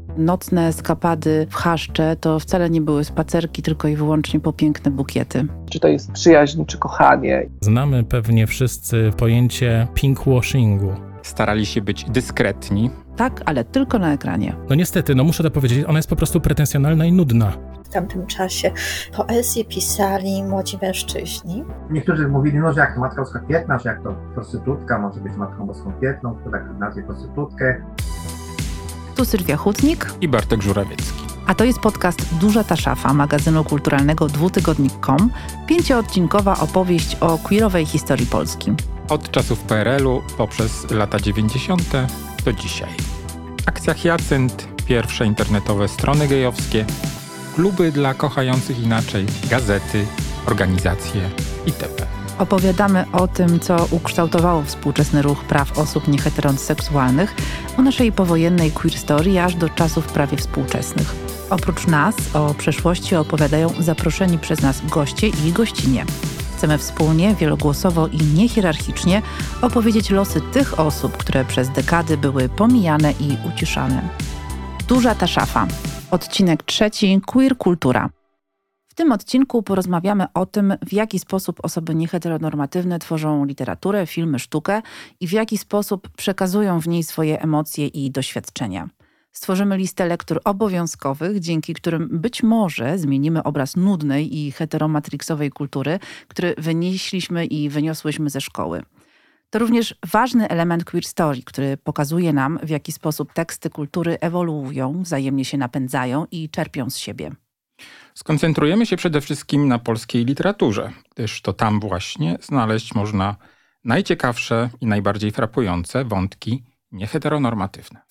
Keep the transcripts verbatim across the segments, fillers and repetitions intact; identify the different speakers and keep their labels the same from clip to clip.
Speaker 1: Nocne eskapady w chaszcze to wcale nie były spacerki, tylko i wyłącznie po piękne bukiety.
Speaker 2: Czy to jest przyjaźń, czy kochanie?
Speaker 3: Znamy pewnie wszyscy pojęcie pinkwashingu.
Speaker 4: Starali się być dyskretni.
Speaker 1: Tak, ale tylko na ekranie.
Speaker 3: No niestety, no muszę to powiedzieć, ona jest po prostu pretensjonalna i nudna.
Speaker 5: W tamtym czasie poezję pisali młodzi mężczyźni.
Speaker 6: Niektórzy mówili, no, że jak to Matka Boska Piękna, że jak to prostytutka może być Matką Boską Piękną, to tak nazwie prostytutkę.
Speaker 1: Tu Sylwia Hutnik
Speaker 4: I Bartek Żurawiecki.
Speaker 1: A to jest podcast Duża ta szafa magazynu kulturalnego dwutygodnik kropka com. Pięcioodcinkowa opowieść o queerowej historii Polski.
Speaker 4: Od czasów P R L-u poprzez lata dziewięćdziesiąte do dzisiaj. Akcja Hyacynt, pierwsze internetowe strony gejowskie, kluby dla kochających inaczej, gazety, organizacje itp.
Speaker 1: Opowiadamy o tym, co ukształtowało współczesny ruch praw osób nieheteroseksualnych, o naszej powojennej queer story aż do czasów prawie współczesnych. Oprócz nas o przeszłości opowiadają zaproszeni przez nas goście i gościnie. Chcemy wspólnie, wielogłosowo i niehierarchicznie opowiedzieć losy tych osób, które przez dekady były pomijane i uciszane. Duża ta szafa. Odcinek trzeci. Queer kultura. W tym odcinku porozmawiamy o tym, w jaki sposób osoby nieheteronormatywne tworzą literaturę, filmy, sztukę i w jaki sposób przekazują w niej swoje emocje i doświadczenia. Stworzymy listę lektur obowiązkowych, dzięki którym być może zmienimy obraz nudnej i heteromatrixowej kultury, który wynieśliśmy i wyniosłyśmy ze szkoły. To również ważny element queer story, który pokazuje nam, w jaki sposób teksty kultury ewoluują, wzajemnie się napędzają i czerpią z siebie.
Speaker 4: Skoncentrujemy się przede wszystkim na polskiej literaturze, gdyż to tam właśnie znaleźć można najciekawsze i najbardziej frapujące wątki nieheteronormatywne.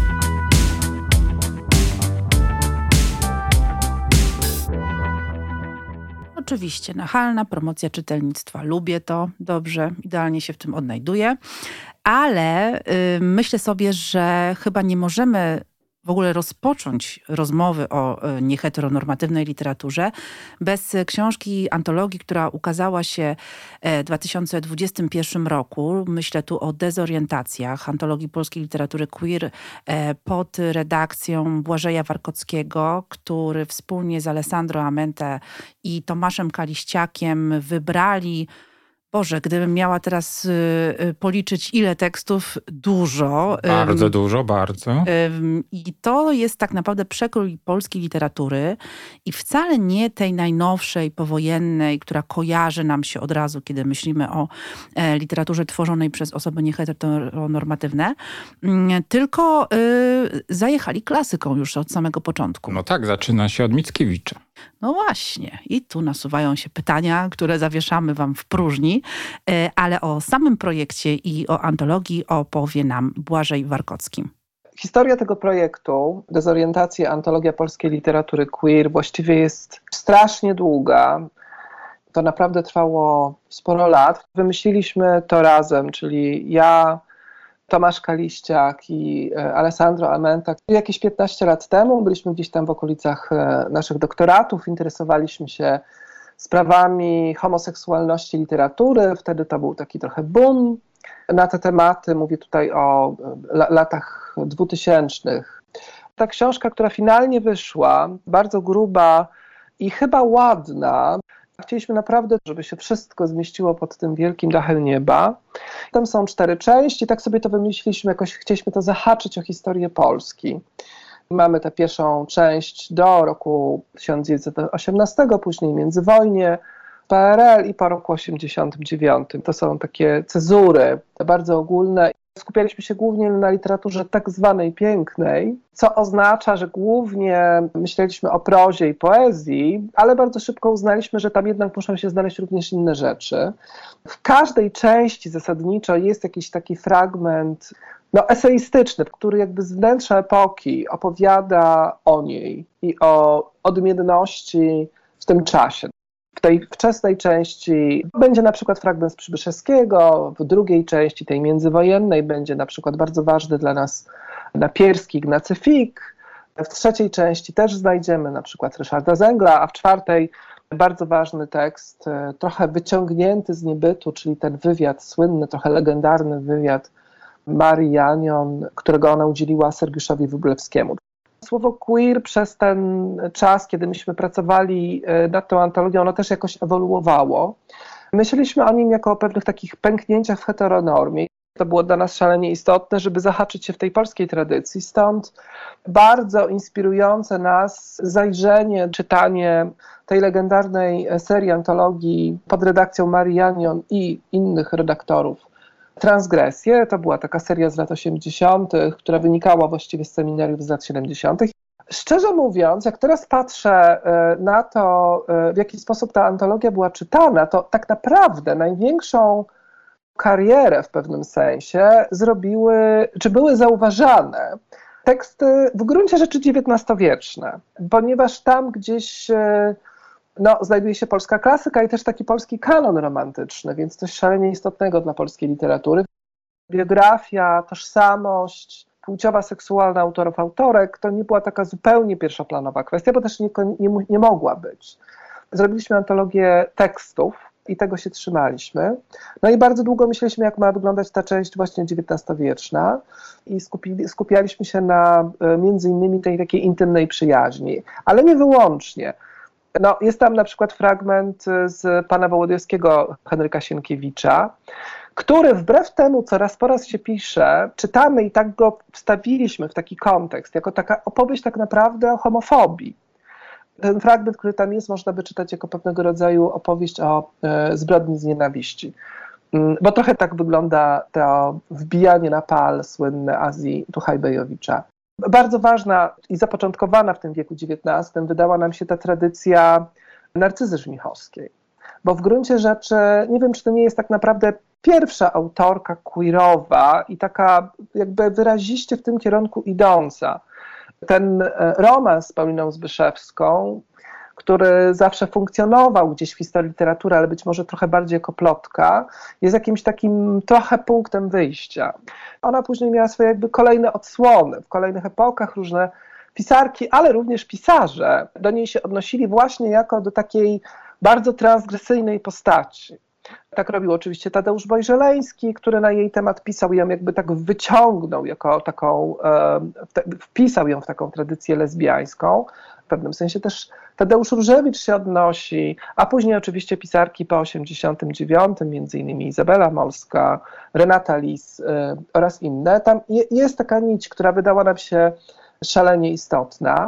Speaker 1: Oczywiście nachalna promocja czytelnictwa. Lubię to, dobrze, idealnie się w tym odnajduję, ale yy, myślę sobie, że chyba nie możemy w ogóle rozpocząć rozmowy o nieheteronormatywnej literaturze bez książki, antologii, która ukazała się w dwa tysiące dwudziestym pierwszym roku. Myślę tu o Dezorientacjach, antologii polskiej literatury queer pod redakcją Błażeja Warkockiego, który wspólnie z Alessandro Amente i Tomaszem Kaliściakiem wybrali. Boże, gdybym miała teraz y, policzyć ile tekstów, dużo.
Speaker 4: Bardzo ym, dużo, bardzo.
Speaker 1: Ym, I to jest tak naprawdę przekrój polskiej literatury i wcale nie tej najnowszej, powojennej, która kojarzy nam się od razu, kiedy myślimy o e, literaturze tworzonej przez osoby nieheteronormatywne, y, tylko y, zajechali klasyką już od samego początku.
Speaker 4: No tak, zaczyna się od Mickiewicza.
Speaker 1: No właśnie. I tu nasuwają się pytania, które zawieszamy wam w próżni, ale o samym projekcie i o antologii opowie nam Błażej Warkocki.
Speaker 2: Historia tego projektu, Dezorientacje, antologia polskiej literatury queer, właściwie jest strasznie długa. To naprawdę trwało sporo lat. Wymyśliliśmy to razem, czyli ja, Tomasz Kaliściak i Alessandro Amente. Jakieś piętnaście lat temu byliśmy gdzieś tam w okolicach naszych doktoratów, interesowaliśmy się sprawami homoseksualności literatury. Wtedy to był taki trochę boom na te tematy. Mówię tutaj o latach dwutysięcznych. Ta książka, która finalnie wyszła, bardzo gruba i chyba ładna. Chcieliśmy naprawdę, żeby się wszystko zmieściło pod tym wielkim dachem nieba. Tam są cztery części, tak sobie to wymyśliliśmy, jakoś chcieliśmy to zahaczyć o historię Polski. Mamy tę pierwszą część do roku tysiąc dziewięćset osiemnastego, później międzywojnie, P R L i po roku osiemdziesiątym dziewiątym. To są takie cezury bardzo ogólne. Skupialiśmy się głównie na literaturze tak zwanej pięknej, co oznacza, że głównie myśleliśmy o prozie i poezji, ale bardzo szybko uznaliśmy, że tam jednak muszą się znaleźć również inne rzeczy. W każdej części zasadniczo jest jakiś taki fragment no, eseistyczny, który jakby z wnętrza epoki opowiada o niej i o odmienności w tym czasie. W tej wczesnej części będzie na przykład fragment z Przybyszewskiego, w drugiej części, tej międzywojennej, będzie na przykład bardzo ważny dla nas Napierski, Ignacy Fik. W trzeciej części też znajdziemy na przykład Ryszarda Zengla, a w czwartej bardzo ważny tekst, trochę wyciągnięty z niebytu, czyli ten wywiad, słynny, trochę legendarny wywiad Marii Janion, którego ona udzieliła Sergiuszowi Wróblewskiemu. Słowo queer przez ten czas, kiedy myśmy pracowali nad tą antologią, ono też jakoś ewoluowało. Myśleliśmy o nim jako o pewnych takich pęknięciach w heteronormie. To było dla nas szalenie istotne, żeby zahaczyć się w tej polskiej tradycji. Stąd bardzo inspirujące nas zajrzenie, czytanie tej legendarnej serii antologii pod redakcją Marii Janion i innych redaktorów Transgresje. To była taka seria z lat osiemdziesiątych, która wynikała właściwie z seminariów z lat siedemdziesiątych. Szczerze mówiąc, jak teraz patrzę na to, w jaki sposób ta antologia była czytana, to tak naprawdę największą karierę w pewnym sensie zrobiły, czy były zauważane teksty w gruncie rzeczy dziewiętnastowieczne, ponieważ tam gdzieś no, znajduje się polska klasyka i też taki polski kanon romantyczny, więc coś szalenie istotnego dla polskiej literatury. Biografia, tożsamość płciowa, seksualna autorów, autorek to nie była taka zupełnie pierwszoplanowa kwestia, bo też nie, nie, nie mogła być. Zrobiliśmy antologię tekstów i tego się trzymaliśmy. No i bardzo długo myśleliśmy, jak ma wyglądać ta część właśnie dziewiętnastowieczna i skupili, skupialiśmy się na między innymi tej takiej intymnej przyjaźni, ale nie wyłącznie. No, jest tam na przykład fragment z pana Wołodyjowskiego Henryka Sienkiewicza, który wbrew temu, co raz po raz się pisze, czytamy i tak go wstawiliśmy w taki kontekst, jako taka opowieść tak naprawdę o homofobii. Ten fragment, który tam jest, można by czytać jako pewnego rodzaju opowieść o e, zbrodni z nienawiści. Bo trochę tak wygląda to wbijanie na pal słynne Azji Tuchajbejowicza. Bardzo ważna i zapoczątkowana w tym wieku dziewiętnastym wydała nam się ta tradycja Narcyzy Żmichowskiej. Bo w gruncie rzeczy, nie wiem, czy to nie jest tak naprawdę pierwsza autorka queerowa i taka jakby wyraziście w tym kierunku idąca. Ten romans z Pauliną Zbyszewską, który zawsze funkcjonował gdzieś w historii literatury, ale być może trochę bardziej jako plotka, jest jakimś takim trochę punktem wyjścia. Ona później miała swoje jakby kolejne odsłony, w kolejnych epokach różne pisarki, ale również pisarze do niej się odnosili właśnie jako do takiej bardzo transgresyjnej postaci. Tak robił oczywiście Tadeusz Bojżeleński, który na jej temat pisał i ją jakby tak wyciągnął jako taką, e, wpisał ją w taką tradycję lesbiańską. W pewnym sensie też Tadeusz Różewicz się odnosi, a później oczywiście pisarki po osiemdziesiątym dziewiątym, między innymi Izabela Molska, Renata Lis e, oraz inne. Tam je, jest taka nić, która wydała nam się szalenie istotna.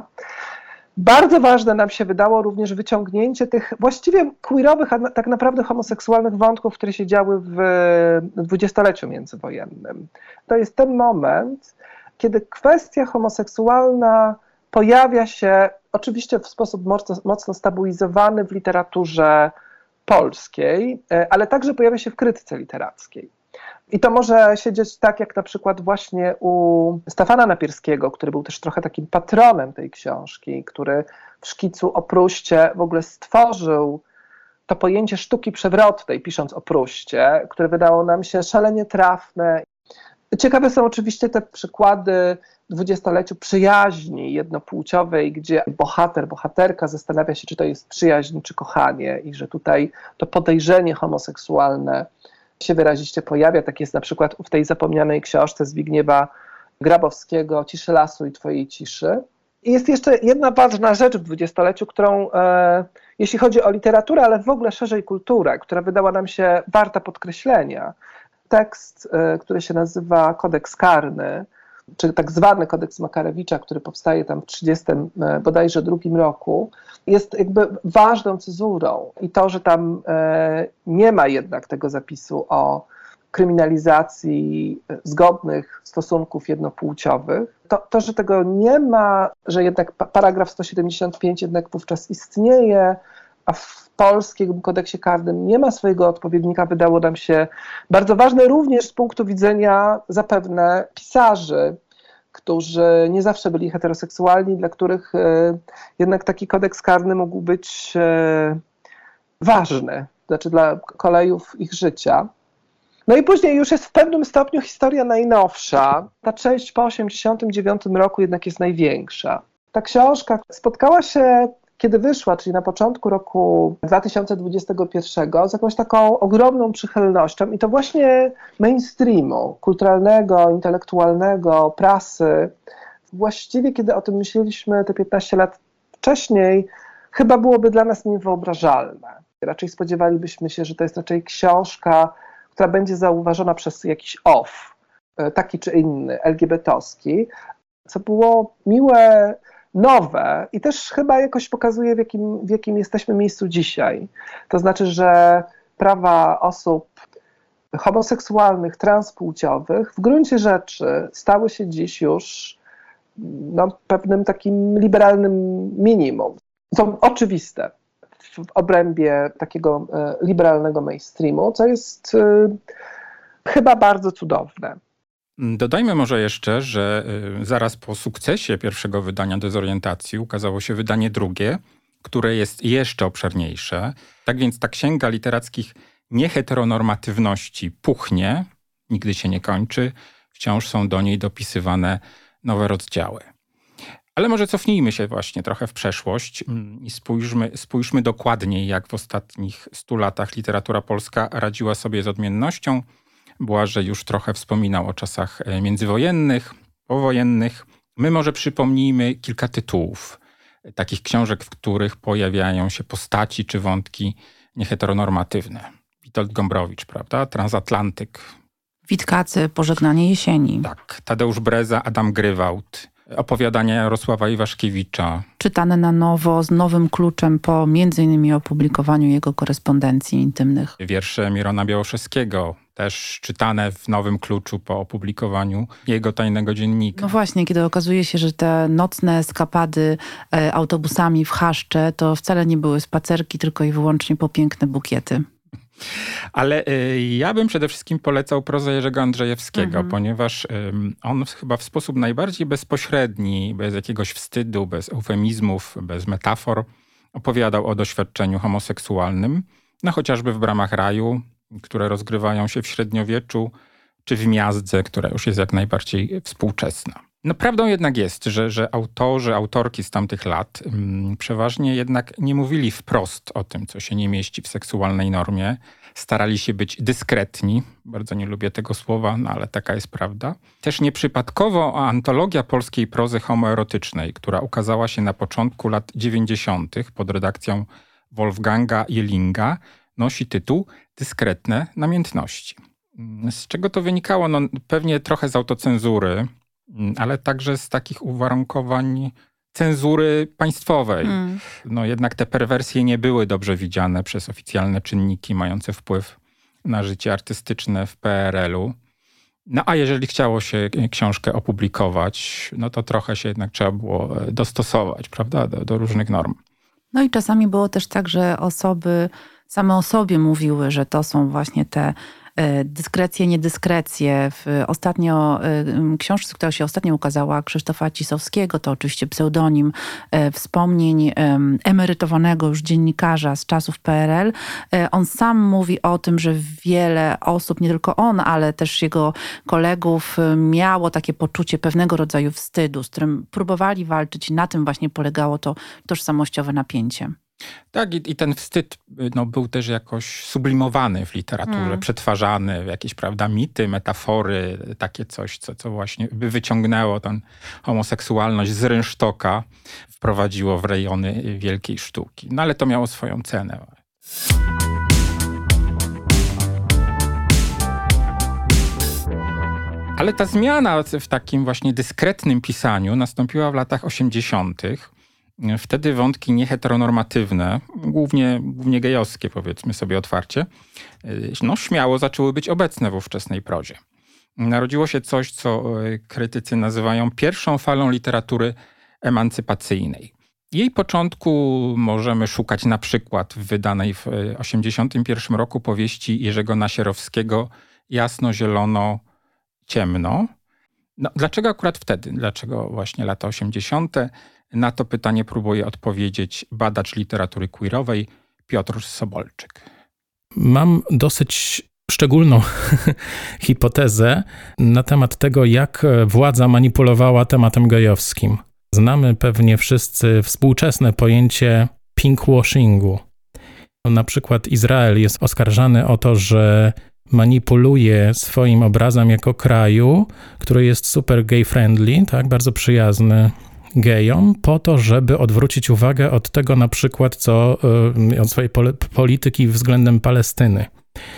Speaker 2: Bardzo ważne nam się wydało również wyciągnięcie tych właściwie queerowych, a tak naprawdę homoseksualnych wątków, które się działy w dwudziestoleciu międzywojennym. To jest ten moment, kiedy kwestia homoseksualna pojawia się oczywiście w sposób mocno, mocno stabilizowany w literaturze polskiej, ale także pojawia się w krytyce literackiej. I to może się dziać tak, jak na przykład właśnie u Stefana Napierskiego, który był też trochę takim patronem tej książki, który w szkicu o Pruście w ogóle stworzył to pojęcie sztuki przewrotnej, pisząc o Pruście, które wydało nam się szalenie trafne. Ciekawe są oczywiście te przykłady w dwudziestoleciu przyjaźni jednopłciowej, gdzie bohater, bohaterka zastanawia się, czy to jest przyjaźń, czy kochanie i że tutaj to podejrzenie homoseksualne się wyraziście pojawia. Tak jest na przykład w tej zapomnianej książce Zbigniewa Grabowskiego Ciszy lasu i twojej ciszy. I jest jeszcze jedna ważna rzecz w dwudziestoleciu, którą e, jeśli chodzi o literaturę, ale w ogóle szerzej kulturę, która wydała nam się warta podkreślenia. Tekst, e, który się nazywa Kodeks karny, czy tak zwany Kodeks Makarewicza, który powstaje tam w trzydziestym bodajże drugim roku, jest jakby ważną cezurą. I to, że tam e, nie ma jednak tego zapisu o kryminalizacji zgodnych stosunków jednopłciowych, to, to, że tego nie ma, że jednak paragraf sto siedemdziesiąt pięć jednak wówczas istnieje, a w polskim kodeksie karnym nie ma swojego odpowiednika, wydało nam się bardzo ważne również z punktu widzenia zapewne pisarzy, którzy nie zawsze byli heteroseksualni, dla których jednak taki kodeks karny mógł być ważny, znaczy dla kolejów ich życia. No i później już jest w pewnym stopniu historia najnowsza. Ta część po osiemdziesiątym dziewiątym roku jednak jest największa. Ta książka spotkała się, kiedy wyszła, czyli na początku roku dwa tysiące dwudziestego pierwszego, z jakąś taką ogromną przychylnością i to właśnie mainstreamu, kulturalnego, intelektualnego, prasy. właściwie kiedy o tym myśleliśmy te piętnaście lat wcześniej, chyba byłoby dla nas niewyobrażalne. Raczej spodziewalibyśmy się, że to jest raczej książka, która będzie zauważona przez jakiś off, taki czy inny, el gie be te owski, co było miłe, nowe i też chyba jakoś pokazuje, w jakim, w jakim jesteśmy miejscu dzisiaj. To znaczy, że prawa osób homoseksualnych, transpłciowych w gruncie rzeczy stały się dziś już no, pewnym takim liberalnym minimum. Są oczywiste w obrębie takiego liberalnego mainstreamu, co jest y, chyba bardzo cudowne.
Speaker 4: Dodajmy może jeszcze, że zaraz po sukcesie pierwszego wydania Dezorientacji ukazało się wydanie drugie, które jest jeszcze obszerniejsze. Tak więc ta księga literackich nieheteronormatywności puchnie, nigdy się nie kończy, wciąż są do niej dopisywane nowe rozdziały. Ale może cofnijmy się właśnie trochę w przeszłość i spójrzmy, spójrzmy dokładniej, jak w ostatnich stu latach literatura polska radziła sobie z odmiennością. Błażej już trochę wspominał o czasach międzywojennych, powojennych. My może przypomnijmy kilka tytułów, takich książek, w których pojawiają się postaci czy wątki nieheteronormatywne. Witold Gombrowicz, prawda? Transatlantyk.
Speaker 1: Witkacy, Pożegnanie jesieni.
Speaker 4: Tak, Tadeusz Breza, Adam Grywałd. Opowiadania Jarosława Iwaszkiewicza.
Speaker 1: Czytane na nowo, z nowym kluczem po między innymi opublikowaniu jego korespondencji intymnych.
Speaker 4: Wiersze Mirona Białoszewskiego, też czytane w nowym kluczu po opublikowaniu jego tajnego dziennika.
Speaker 1: No właśnie, kiedy okazuje się, że te nocne eskapady e, autobusami w Chaszcze to wcale nie były spacerki, tylko i wyłącznie po piękne bukiety.
Speaker 4: Ale y, ja bym przede wszystkim polecał prozę Jerzego Andrzejewskiego, mhm. ponieważ y, on chyba w sposób najbardziej bezpośredni, bez jakiegoś wstydu, bez eufemizmów, bez metafor opowiadał o doświadczeniu homoseksualnym, no chociażby w Bramach raju, które rozgrywają się w średniowieczu, czy w Miazdze, która już jest jak najbardziej współczesna. No prawdą jednak jest, że, że autorzy, autorki z tamtych lat um, przeważnie jednak nie mówili wprost o tym, co się nie mieści w seksualnej normie. Starali się być dyskretni. Bardzo nie lubię tego słowa, no ale taka jest prawda. Też nieprzypadkowo antologia polskiej prozy homoerotycznej, która ukazała się na początku lat dziewięćdziesiątych pod redakcją Wolfganga Jellinga, nosi tytuł Dyskretne namiętności. Z czego to wynikało? No pewnie trochę z autocenzury, ale także z takich uwarunkowań cenzury państwowej. Mm. No jednak te perwersje nie były dobrze widziane przez oficjalne czynniki mające wpływ na życie artystyczne w P R L u. No a jeżeli chciało się książkę opublikować, no to trochę się jednak trzeba było dostosować, prawda, do, do różnych norm.
Speaker 1: No i czasami było też tak, że osoby same o sobie mówiły, że to są właśnie te dyskrecje, niedyskrecje. W ostatnio książce, która się ostatnio ukazała, Krzysztofa Cisowskiego, to oczywiście pseudonim wspomnień emerytowanego już dziennikarza z czasów P R L. On sam mówi o tym, że wiele osób, nie tylko on, ale też jego kolegów miało takie poczucie pewnego rodzaju wstydu, z którym próbowali walczyć i na tym właśnie polegało to tożsamościowe napięcie.
Speaker 4: Tak, i, i ten wstyd no, był też jakoś sublimowany w literaturze, mm. przetwarzany w jakieś, prawda, mity, metafory, takie coś, co, co właśnie by wyciągnęło tę homoseksualność z rynsztoka, wprowadziło w rejony wielkiej sztuki. No ale to miało swoją cenę. Ale ta zmiana w takim właśnie dyskretnym pisaniu nastąpiła w latach osiemdziesiątych. Wtedy wątki nieheteronormatywne, głównie, głównie gejowskie, powiedzmy sobie otwarcie, no śmiało zaczęły być obecne w ówczesnej prozie. Narodziło się coś, co krytycy nazywają pierwszą falą literatury emancypacyjnej. Jej początku możemy szukać na przykład w wydanej w osiemdziesiątym pierwszym roku powieści Jerzego Nasierowskiego Jasno, zielono, ciemno. No, dlaczego akurat wtedy? Dlaczego właśnie lata osiemdziesiąte? Na to pytanie próbuje odpowiedzieć badacz literatury queerowej Piotr Sobolczyk.
Speaker 3: Mam dosyć szczególną hipotezę na temat tego, jak władza manipulowała tematem gejowskim. Znamy pewnie wszyscy współczesne pojęcie pinkwashingu. Na przykład Izrael jest oskarżany o to, że manipuluje swoim obrazem jako kraju, który jest super gay-friendly, tak, bardzo przyjazny gejom, po to, żeby odwrócić uwagę od tego na przykład, co od swojej polityki względem Palestyny.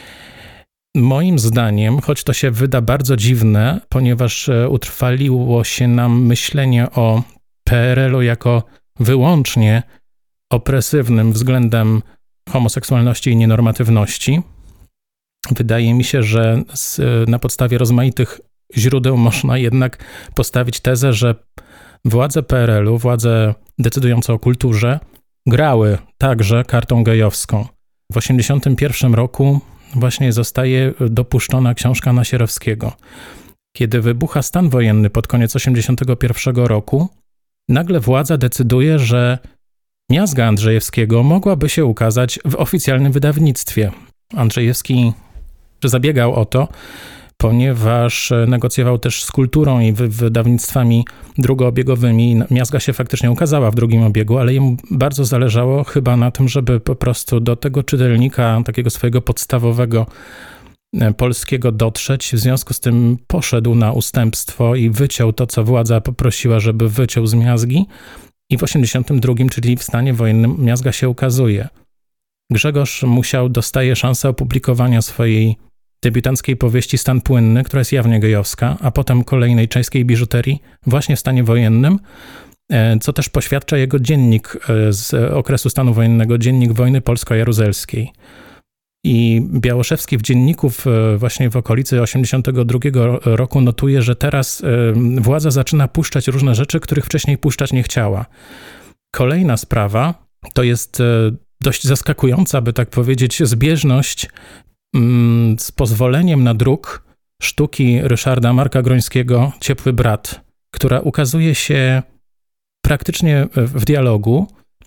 Speaker 3: Moim zdaniem, choć to się wyda bardzo dziwne, ponieważ utrwaliło się nam myślenie o P R L u jako wyłącznie opresywnym względem homoseksualności i nienormatywności, wydaje mi się, że z, na podstawie rozmaitych źródeł można jednak postawić tezę, że władze P R L u, władze decydujące o kulturze, grały także kartą gejowską. W osiemdziesiątym pierwszym roku właśnie zostaje dopuszczona książka Nasierowskiego. Kiedy wybucha stan wojenny pod koniec osiemdziesiątego pierwszego roku, nagle władza decyduje, że Miazga Andrzejewskiego mogłaby się ukazać w oficjalnym wydawnictwie. Andrzejewski zabiegał o to, ponieważ negocjował też z kulturą i wydawnictwami drugoobiegowymi. Miazga się faktycznie ukazała w drugim obiegu, ale jemu bardzo zależało chyba na tym, żeby po prostu do tego czytelnika, takiego swojego podstawowego polskiego dotrzeć. W związku z tym poszedł na ustępstwo i wyciął to, co władza poprosiła, żeby wyciął z Miazgi. I w osiemdziesiątym drugim, czyli w stanie wojennym, Miazga się ukazuje. Grzegorz Musiał dostaje szansę opublikowania swojej debiutanckiej powieści Stan płynny, która jest jawnie gejowska, a potem kolejnej Czeskiej biżuterii właśnie w stanie wojennym, co też poświadcza jego dziennik z okresu stanu wojennego, dziennik wojny polsko-jaruzelskiej. I Białoszewski w dzienniku właśnie w okolicy osiemdziesiątego drugiego roku notuje, że teraz władza zaczyna puszczać różne rzeczy, których wcześniej puszczać nie chciała. Kolejna sprawa to jest dość zaskakująca, by tak powiedzieć, zbieżność z pozwoleniem na druk sztuki Ryszarda Marka Grońskiego Ciepły brat, która ukazuje się praktycznie w dialogu.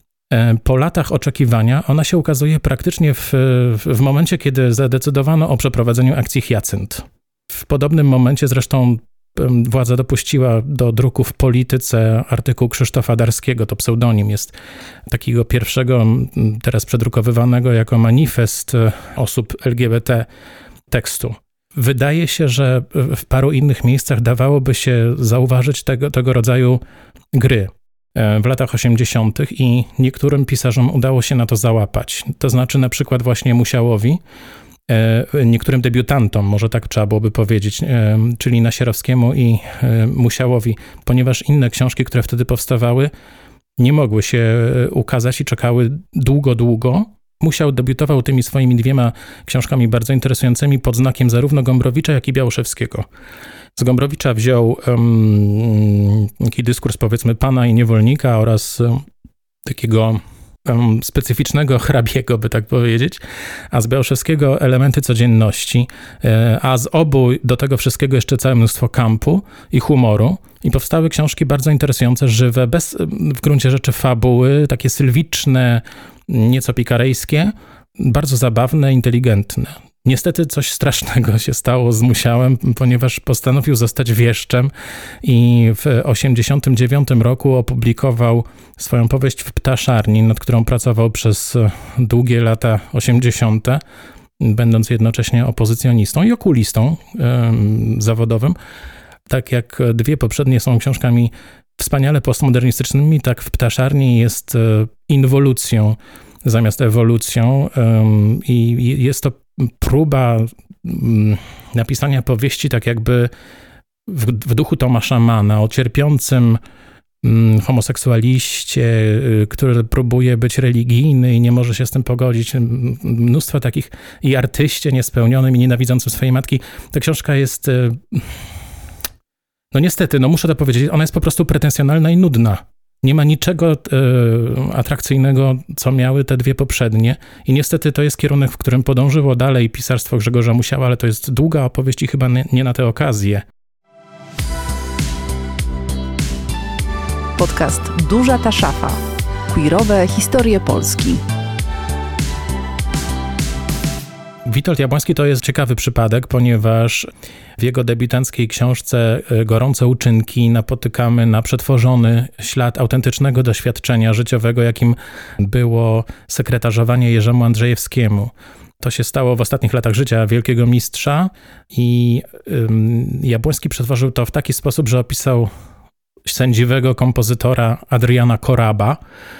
Speaker 3: Po latach oczekiwania ona się ukazuje praktycznie w, w momencie, kiedy zadecydowano o przeprowadzeniu akcji Hyacynt. W podobnym momencie zresztą władza dopuściła do druku w Polityce artykuł Krzysztofa Darskiego, to pseudonim jest takiego pierwszego, teraz przedrukowywanego jako manifest osób L G B T tekstu. Wydaje się, że w paru innych miejscach dawałoby się zauważyć tego, tego rodzaju gry w latach osiemdziesiątych i niektórym pisarzom udało się na to załapać. To znaczy na przykład właśnie Musiałowi, niektórym debiutantom, może tak trzeba byłoby powiedzieć, czyli Nasierowskiemu i Musiałowi, ponieważ inne książki, które wtedy powstawały, nie mogły się ukazać i czekały długo, długo. Musiał debiutował tymi swoimi dwiema książkami bardzo interesującymi pod znakiem zarówno Gombrowicza, jak i Białoszewskiego. Z Gombrowicza wziął um, taki dyskurs, powiedzmy, Pana i niewolnika oraz um, takiego um, specyficznego hrabiego, by tak powiedzieć, a z Białoszewskiego elementy codzienności, e, a z obu do tego wszystkiego jeszcze całe mnóstwo kampu i humoru. I powstały książki bardzo interesujące, żywe, bez w gruncie rzeczy fabuły, takie sylwiczne, nieco pikarejskie, bardzo zabawne, inteligentne. Niestety coś strasznego się stało z Musiałem, ponieważ postanowił zostać wieszczem i w osiemdziesiątym dziewiątym roku opublikował swoją powieść W ptaszarni, nad którą pracował przez długie lata osiemdziesiąte, będąc jednocześnie opozycjonistą i okulistą yy, zawodowym. Tak jak dwie poprzednie są książkami wspaniale postmodernistycznymi, tak W ptaszarni jest inwolucją zamiast ewolucją i jest to próba napisania powieści tak jakby w, w duchu Tomasza Manna o cierpiącym homoseksualiście, który próbuje być religijny i nie może się z tym pogodzić. Mnóstwo takich i artyście niespełnionym i nienawidzącym swojej matki. Ta książka jest, no niestety, no muszę to powiedzieć, ona jest po prostu pretensjonalna i nudna. Nie ma niczego e, atrakcyjnego, co miały te dwie poprzednie i niestety to jest kierunek, w którym podążyło dalej pisarstwo Grzegorza Musiała, ale to jest długa opowieść i chyba nie, nie na tę okazję.
Speaker 1: Podcast Duża ta szafa. Queerowe historie Polski.
Speaker 3: Witold Jabłoński to jest ciekawy przypadek, ponieważ w jego debiutanckiej książce Gorące uczynki napotykamy na przetworzony ślad autentycznego doświadczenia życiowego, jakim było sekretarzowanie Jerzemu Andrzejewskiemu. To się stało w ostatnich latach życia wielkiego mistrza i ym, Jabłoński przetworzył to w taki sposób, że opisał sędziwego kompozytora Adriana Koraba,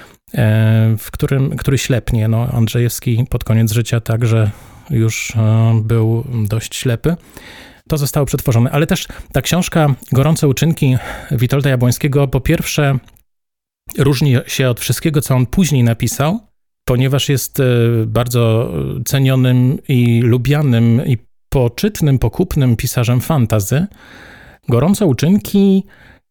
Speaker 3: e, w którym, który ślepnie. No, Andrzejewski pod koniec życia także już e, był dość ślepy. To zostało przetworzone, ale też ta książka Gorące uczynki Witolda Jabłońskiego po pierwsze różni się od wszystkiego, co on później napisał, ponieważ jest bardzo cenionym i lubianym i poczytnym, pokupnym pisarzem fantasy. Gorące uczynki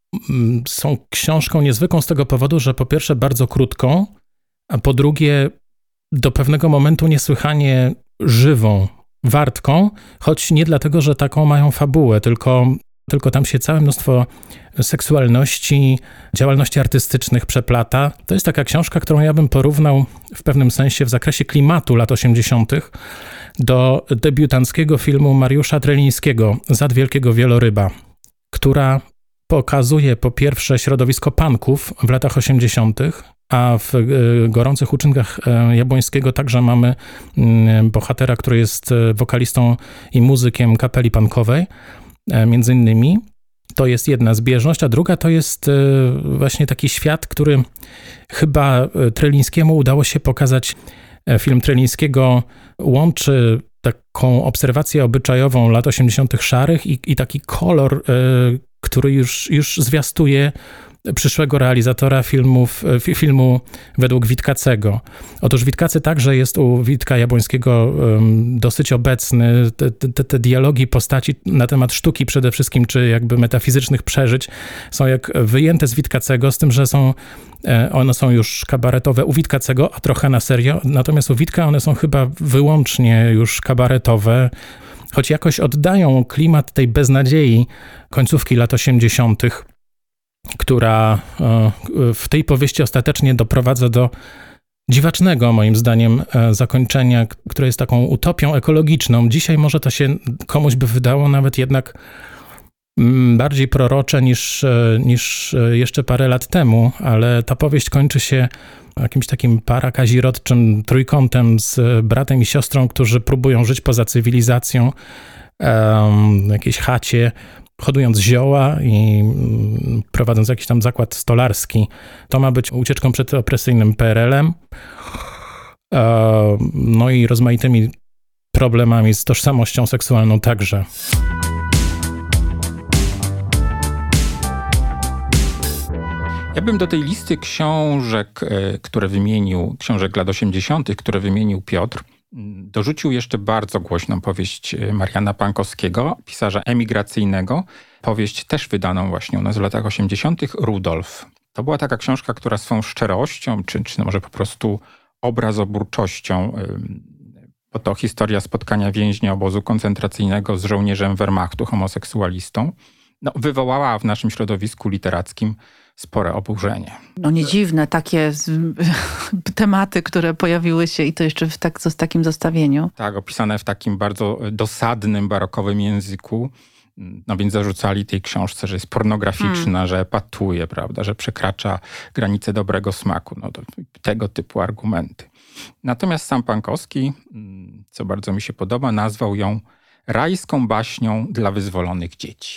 Speaker 3: są książką niezwykłą z tego powodu, że po pierwsze bardzo krótką, a po drugie do pewnego momentu niesłychanie żywą, wartką, choć nie dlatego, że taką mają fabułę, tylko, tylko tam się całe mnóstwo seksualności, działalności artystycznych przeplata. To jest taka książka, którą ja bym porównał w pewnym sensie w zakresie klimatu lat osiemdziesiątych do debiutanckiego filmu Mariusza Trelińskiego Zad wielkiego wieloryba, która pokazuje po pierwsze środowisko punków w latach osiemdziesiątych, a w Gorących uczynkach Jabłońskiego także mamy bohatera, który jest wokalistą i muzykiem kapeli punkowej, między innymi. To jest jedna zbieżność, a druga to jest właśnie taki świat, który chyba Trelińskiemu udało się pokazać. Film Trelińskiego łączy taką obserwację obyczajową lat osiemdziesiątych szarych i, i taki kolor, który już, już zwiastuje przyszłego realizatora filmów, filmu według Witkacego. Otóż Witkacy także jest u Witka Jabłońskiego um, dosyć obecny. Te, te, te dialogi postaci na temat sztuki przede wszystkim, czy jakby metafizycznych przeżyć są jak wyjęte z Witkacego, z tym, że są one są już kabaretowe u Witkacego, a trochę na serio. Natomiast u Witka one są chyba wyłącznie już kabaretowe, choć jakoś oddają klimat tej beznadziei końcówki lat osiemdziesiątych, która w tej powieści ostatecznie doprowadza do dziwacznego, moim zdaniem, zakończenia, które jest taką utopią ekologiczną. Dzisiaj może to się komuś by wydało nawet jednak bardziej prorocze niż, niż jeszcze parę lat temu, ale ta powieść kończy się jakimś takim parakazirodczym trójkątem z bratem i siostrą, którzy próbują żyć poza cywilizacją w jakiejś chacie, hodując zioła i prowadząc jakiś tam zakład stolarski. To ma być ucieczką przed opresyjnym P R L-em, no i rozmaitymi problemami z tożsamością seksualną także.
Speaker 4: Ja bym do tej listy książek, które wymienił, książek lat osiemdziesiątych, które wymienił Piotr, dorzucił jeszcze bardzo głośną powieść Mariana Pankowskiego, pisarza emigracyjnego. Powieść też wydaną właśnie u nas w latach osiemdziesiątych, Rudolf. To była taka książka, która swą szczerością, czy, czy może po prostu obrazoburczością, bo to historia spotkania więźnia obozu koncentracyjnego z żołnierzem Wehrmachtu, homoseksualistą, no, wywołała w naszym środowisku literackim spore oburzenie.
Speaker 1: No nie dziwne, takie tematy, które pojawiły się i to jeszcze w, tak, w takim zestawieniu.
Speaker 4: Tak, opisane w takim bardzo dosadnym, barokowym języku. No więc zarzucali tej książce, że jest pornograficzna, hmm. że epatuje, prawda, że przekracza granice dobrego smaku. No to tego typu argumenty. Natomiast sam Pankowski, co bardzo mi się podoba, nazwał ją rajską baśnią dla wyzwolonych dzieci.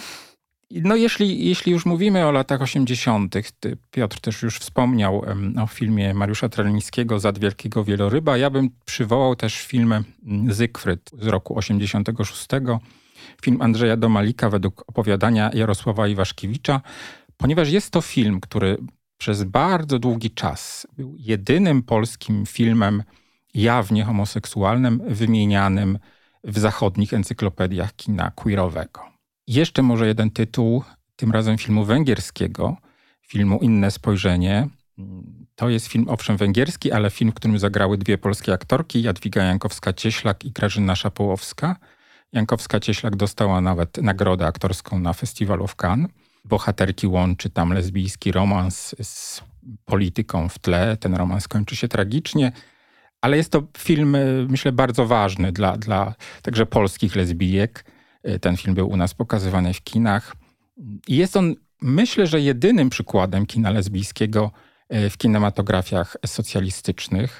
Speaker 4: No jeśli, jeśli już mówimy o latach osiemdziesiątych, Piotr też już wspomniał o filmie Mariusza Trelińskiego Zad wielkiego wieloryba, ja bym przywołał też film Zygfryd z roku osiemdziesiątego szóstego, film Andrzeja Domalika według opowiadania Jarosława Iwaszkiewicza, ponieważ jest to film, który przez bardzo długi czas był jedynym polskim filmem jawnie homoseksualnym wymienianym w zachodnich encyklopediach kina queerowego. Jeszcze może jeden tytuł, tym razem filmu węgierskiego, filmu Inne spojrzenie. To jest film owszem węgierski, ale film, w którym zagrały dwie polskie aktorki, Jadwiga Jankowska-Cieślak i Grażyna Szapołowska. Jankowska-Cieślak dostała nawet nagrodę aktorską na festiwalu w Cannes. Bohaterki łączy tam lesbijski romans z polityką w tle. Ten romans kończy się tragicznie, ale jest to film, myślę, bardzo ważny dla, dla także polskich lesbijek. Ten film był u nas pokazywany w kinach. I jest on, myślę, że jedynym przykładem kina lesbijskiego w kinematografiach socjalistycznych.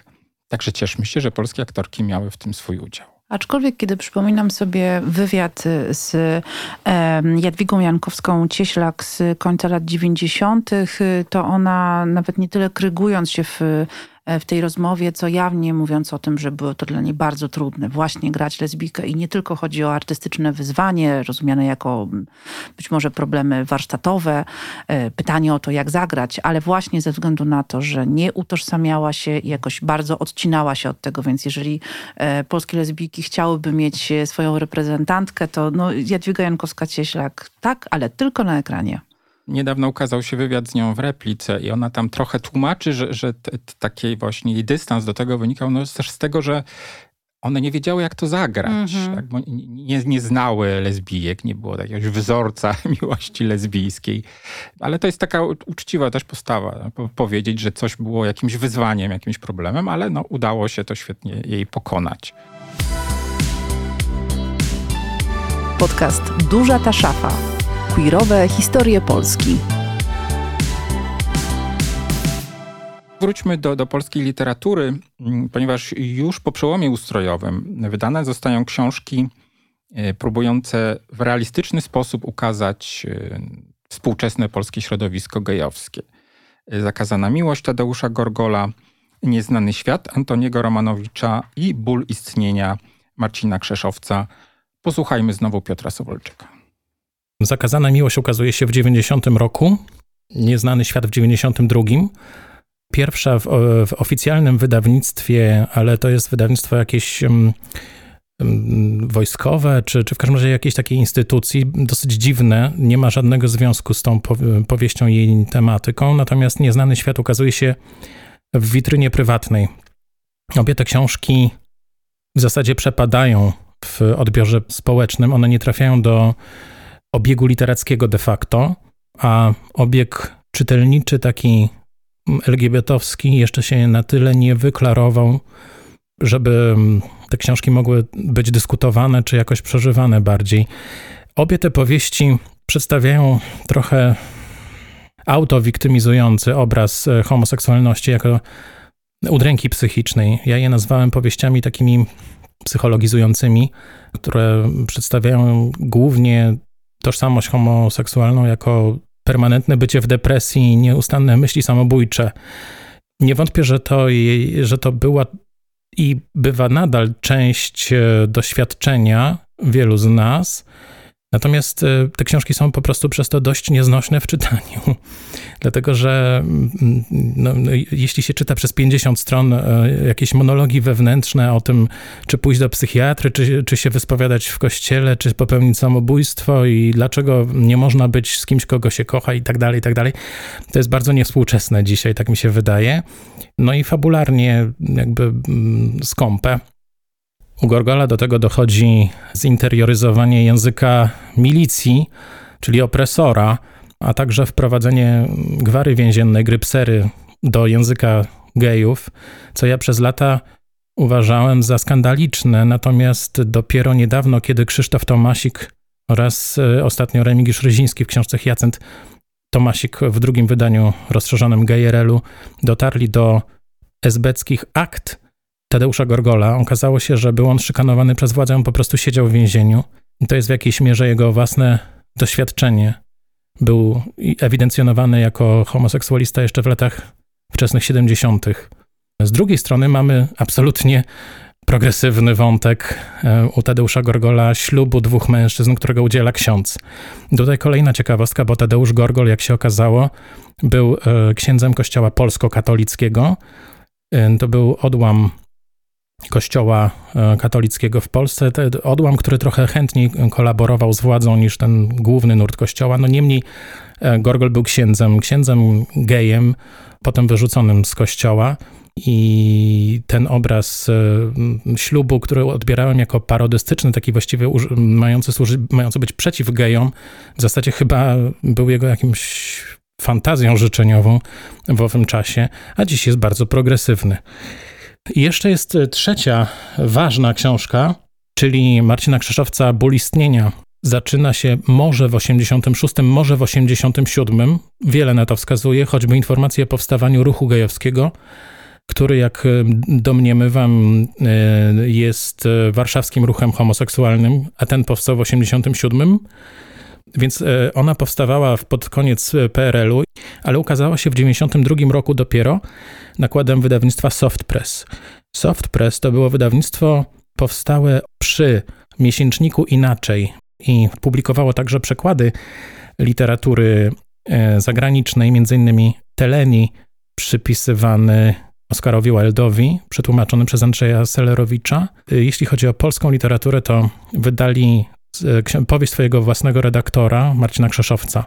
Speaker 4: Także cieszmy się, że polskie aktorki miały w tym swój udział.
Speaker 1: Aczkolwiek, kiedy przypominam sobie wywiad z Jadwigą Jankowską-Cieślak z końca lat dziewięćdziesiątych, to ona nawet nie tyle krygując się w, w tej rozmowie, co jawnie mówiąc o tym, że było to dla niej bardzo trudne właśnie grać lesbijkę i nie tylko chodzi o artystyczne wyzwanie, rozumiane jako być może problemy warsztatowe, pytanie o to, jak zagrać, ale właśnie ze względu na to, że nie utożsamiała się i jakoś bardzo odcinała się od tego, więc jeżeli polskie lesbijki chciałyby mieć swoją reprezentantkę, to no, Jadwiga Jankowska-Cieślak tak, ale tylko na ekranie.
Speaker 4: Niedawno ukazał się wywiad z nią w Replice i ona tam trochę tłumaczy, że, że t, t, taki właśnie jej dystans do tego wynikał no, też z tego, że one nie wiedziały, jak to zagrać. Mm-hmm. Tak? Bo nie, nie znały lesbijek, nie było jakiegoś wzorca miłości lesbijskiej. Ale to jest taka uczciwa też postawa. Powiedzieć, że coś było jakimś wyzwaniem, jakimś problemem, ale no, udało się to świetnie jej pokonać.
Speaker 1: Podcast Duża ta szafa. Queerowe historie Polski.
Speaker 4: Wróćmy do, do polskiej literatury, ponieważ już po przełomie ustrojowym wydane zostają książki próbujące w realistyczny sposób ukazać współczesne polskie środowisko gejowskie. Zakazana miłość Tadeusza Gorgola, Nieznany świat Antoniego Romanowicza i Ból istnienia Marcina Krzeszowca. Posłuchajmy znowu Piotra Sowolczyka.
Speaker 3: Zakazana miłość ukazuje się w dziewięćdziesiątym roku, Nieznany świat w dziewięćdziesiątym drugim. Pierwsza w, w oficjalnym wydawnictwie, ale to jest wydawnictwo jakieś um, um, wojskowe, czy, czy w każdym razie jakiejś takiej instytucji, dosyć dziwne, nie ma żadnego związku z tą powieścią i jej tematyką, natomiast Nieznany świat ukazuje się w witrynie prywatnej. Obie te książki w zasadzie przepadają w odbiorze społecznym, one nie trafiają do obiegu literackiego de facto, a obieg czytelniczy, taki el gie be te owski jeszcze się na tyle nie wyklarował, żeby te książki mogły być dyskutowane, czy jakoś przeżywane bardziej. Obie te powieści przedstawiają trochę autowiktymizujący obraz homoseksualności jako udręki psychicznej. Ja je nazwałem powieściami takimi psychologizującymi, które przedstawiają głównie tożsamość homoseksualną jako permanentne bycie w depresji i nieustanne myśli samobójcze. Nie wątpię, że to, że to była i bywa nadal część doświadczenia wielu z nas. Natomiast te książki są po prostu przez to dość nieznośne w czytaniu. Dlatego, że no, jeśli się czyta przez pięćdziesiąt stron jakieś monologi wewnętrzne o tym, czy pójść do psychiatry, czy, czy się wyspowiadać w kościele, czy popełnić samobójstwo i dlaczego nie można być z kimś, kogo się kocha i tak dalej, i tak dalej, to jest bardzo niewspółczesne dzisiaj, tak mi się wydaje. No i fabularnie jakby skąpe. U Gorgola do tego dochodzi zinterioryzowanie języka milicji, czyli opresora, a także wprowadzenie gwary więziennej, grypsery do języka gejów, co ja przez lata uważałem za skandaliczne, natomiast dopiero niedawno, kiedy Krzysztof Tomasik oraz ostatnio Remigiusz Ryziński w książce Hyacynt Tomasik w drugim wydaniu rozszerzonym Gejerelu dotarli do esbeckich akt Tadeusza Gorgola. Okazało się, że był on szykanowany przez władzę, on po prostu siedział w więzieniu. I to jest w jakiejś mierze jego własne doświadczenie. Był ewidencjonowany jako homoseksualista jeszcze w latach wczesnych siedemdziesiątych. Z drugiej strony mamy absolutnie progresywny wątek u Tadeusza Gorgola ślubu dwóch mężczyzn, którego udziela ksiądz. Tutaj kolejna ciekawostka, bo Tadeusz Gorgol, jak się okazało, był księdzem kościoła polsko-katolickiego. To był odłam Kościoła katolickiego w Polsce, ten odłam, który trochę chętniej kolaborował z władzą niż ten główny nurt Kościoła. No niemniej Gorgol był księdzem, księdzem gejem, potem wyrzuconym z Kościoła i ten obraz ślubu, który odbierałem jako parodystyczny, taki właściwie mający, służy, mający być przeciw gejom, w zasadzie chyba był jego jakimś fantazją życzeniową w owym czasie, a dziś jest bardzo progresywny. I jeszcze jest trzecia ważna książka, czyli Marcina Krzeszowca Ból istnienia. Zaczyna się może w osiemdziesiątym szóstym, może w osiemdziesiątym siódmym. Wiele na to wskazuje, choćby informacje o powstawaniu ruchu gejowskiego. który, jak domniemywam, jest warszawskim ruchem homoseksualnym, a ten powstał w osiemdziesiątym siódmym. Więc ona powstawała pod koniec P R L u, ale ukazała się w dziewięćdziesiątym drugim roku dopiero nakładem wydawnictwa Soft Press. Soft Press to było wydawnictwo powstałe przy miesięczniku Inaczej i publikowało także przekłady literatury zagranicznej, między innymi Teleni, przypisywany Oskarowi Wilde'owi, przetłumaczony przez Andrzeja Sellerowicza. Jeśli chodzi o polską literaturę, to wydali powieść swojego własnego redaktora, Marcina Krzeszowca,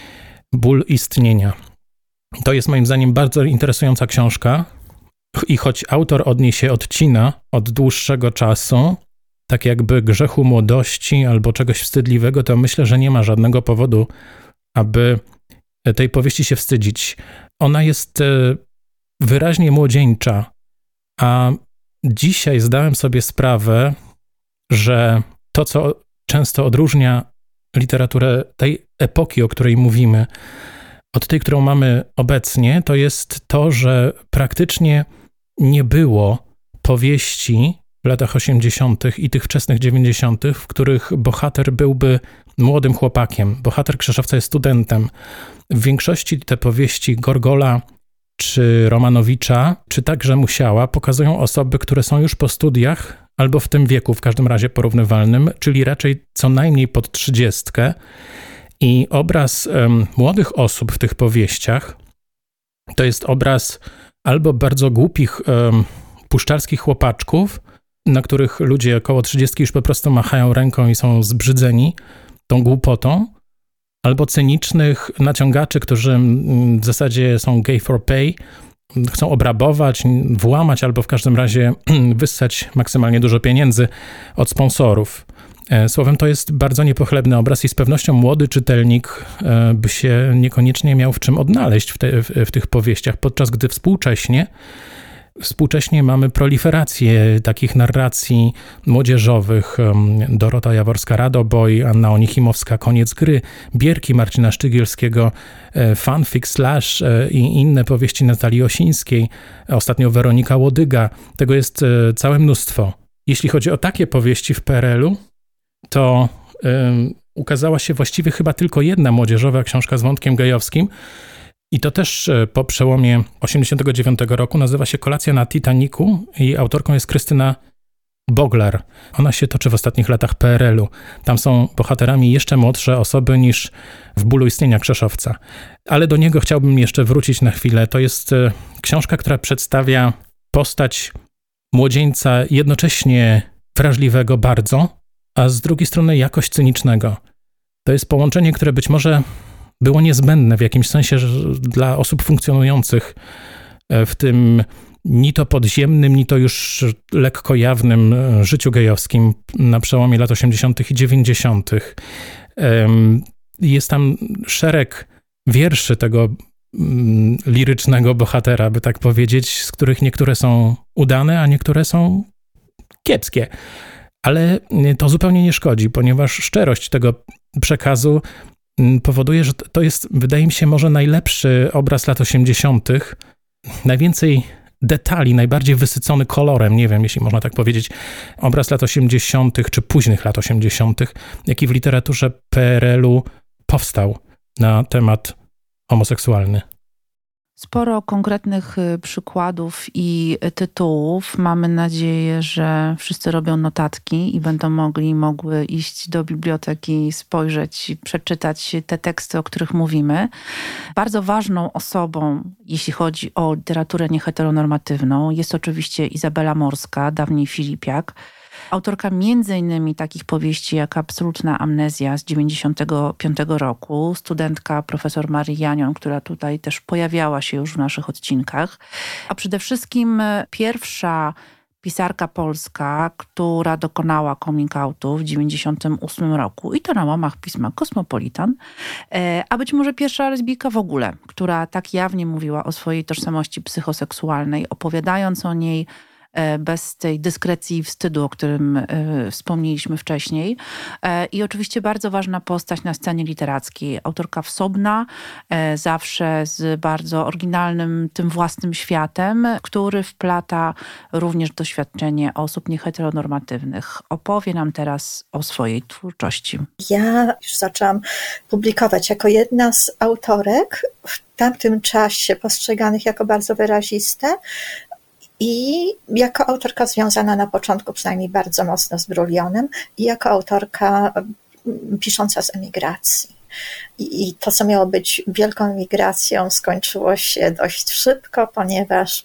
Speaker 3: Ból istnienia. To jest moim zdaniem bardzo interesująca książka i choć autor od niej się odcina od dłuższego czasu, tak jakby grzechu młodości albo czegoś wstydliwego, to myślę, że nie ma żadnego powodu, aby tej powieści się wstydzić. Ona jest wyraźnie młodzieńcza, a dzisiaj zdałem sobie sprawę, że to, co często odróżnia literaturę tej epoki, o której mówimy, od tej, którą mamy obecnie, to jest to, że praktycznie nie było powieści w latach osiemdziesiątych i tych wczesnych dziewięćdziesiątych, w których bohater byłby młodym chłopakiem. Bohater Krzeszowca jest studentem. W większości te powieści Gorgola czy Romanowicza, czy także Musiała pokazują osoby, które są już po studiach albo w tym wieku, w każdym razie porównywalnym, czyli raczej co najmniej pod trzydziestkę. I obraz um, młodych osób w tych powieściach to jest obraz albo bardzo głupich um, puszczalskich chłopaczków, na których ludzie około trzydziestki już po prostu machają ręką i są zbrzydzeni tą głupotą, albo cynicznych naciągaczy, którzy w zasadzie są gay for pay, chcą obrabować, włamać albo w każdym razie wyssać maksymalnie dużo pieniędzy od sponsorów. Słowem, to jest bardzo niepochlebny obraz i z pewnością młody czytelnik by się niekoniecznie miał w czym odnaleźć w, te, w, w tych powieściach, podczas gdy współcześnie Współcześnie mamy proliferację takich narracji młodzieżowych. Dorota Jaworska-Radoboj, Anna Onichimowska, Koniec gry, Bierki Marcina Sztygielskiego, Fanfic Slash i inne powieści Natalii Osińskiej, ostatnio Weronika Łodyga. Tego jest całe mnóstwo. Jeśli chodzi o takie powieści w P R L u, to um, ukazała się właściwie chyba tylko jedna młodzieżowa książka z wątkiem gejowskim, i to też po przełomie osiemdziesiątego dziewiątego roku, nazywa się Kolacja na Titanicu i autorką jest Krystyna Boglar. Ona się toczy w ostatnich latach P R L u. Tam są bohaterami jeszcze młodsze osoby niż w Bólu istnienia Krzeszowca. Ale do niego chciałbym jeszcze wrócić na chwilę. To jest książka, która przedstawia postać młodzieńca jednocześnie wrażliwego bardzo, a z drugiej strony jakoś cynicznego. To jest połączenie, które być może było niezbędne w jakimś sensie dla osób funkcjonujących w tym ni to podziemnym, ni to już lekko jawnym życiu gejowskim na przełomie lat osiemdziesiątych i dziewięćdziesiątych. Jest tam szereg wierszy tego lirycznego bohatera, by tak powiedzieć, z których niektóre są udane, a niektóre są kiepskie. Ale to zupełnie nie szkodzi, ponieważ szczerość tego przekazu powoduje, że to jest, wydaje mi się, może najlepszy obraz lat osiemdziesiątych. Najwięcej detali, najbardziej wysycony kolorem, nie wiem, jeśli można tak powiedzieć, obraz lat osiemdziesiątych czy późnych lat osiemdziesiątych, jaki w literaturze P R L u powstał na temat homoseksualny.
Speaker 1: Sporo konkretnych przykładów i tytułów. Mamy nadzieję, że wszyscy robią notatki i będą mogli, mogły iść do biblioteki, spojrzeć, przeczytać te teksty, o których mówimy. Bardzo ważną osobą, jeśli chodzi o literaturę nieheteronormatywną, jest oczywiście Izabela Morska, dawniej Filipiak. Autorka między innymi takich powieści jak Absolutna amnezja z dziewięćdziesiątego piątego roku, studentka profesor Marii Janion, która tutaj też pojawiała się już w naszych odcinkach, a przede wszystkim pierwsza pisarka polska, która dokonała coming outu w dziewięćdziesiątym ósmym roku i to na łamach pisma Kosmopolitan, a być może pierwsza lesbijka w ogóle, która tak jawnie mówiła o swojej tożsamości psychoseksualnej, opowiadając o niej bez tej dyskrecji i wstydu, o którym wspomnieliśmy wcześniej. I oczywiście bardzo ważna postać na scenie literackiej. Autorka wsobna, zawsze z bardzo oryginalnym, tym własnym światem, który wplata również doświadczenie osób nieheteronormatywnych. Opowie nam teraz o swojej twórczości.
Speaker 5: Ja już zaczęłam publikować jako jedna z autorek w tamtym czasie postrzeganych jako bardzo wyraziste i jako autorka związana na początku przynajmniej bardzo mocno z Brulionem i jako autorka pisząca z emigracji. I to, co miało być wielką emigracją, skończyło się dość szybko, ponieważ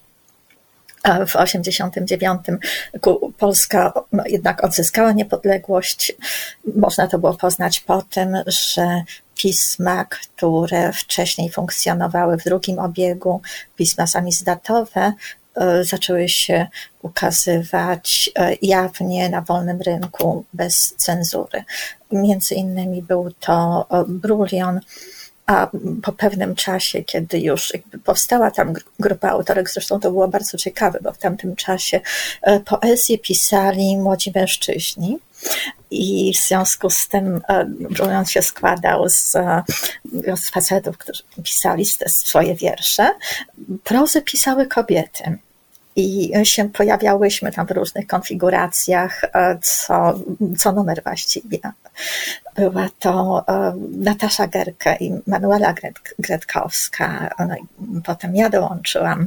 Speaker 5: w osiemdziesiątym dziewiątym roku Polska jednak odzyskała niepodległość. Można to było poznać po tym, że pisma, które wcześniej funkcjonowały w drugim obiegu, pisma samizdatowe, zaczęły się ukazywać jawnie na wolnym rynku bez cenzury. Między innymi był to Brulion, a po pewnym czasie, kiedy już jakby powstała tam grupa autorek, zresztą to było bardzo ciekawe, bo w tamtym czasie poezję pisali młodzi mężczyźni i w związku z tym Brulion się składał z, z facetów, którzy pisali te swoje wiersze. Prozę pisały kobiety. I się pojawiałyśmy tam w różnych konfiguracjach, co, co numer właściwie. Była to Natasza Gerke i Manuela Gretkowska. No i potem ja dołączyłam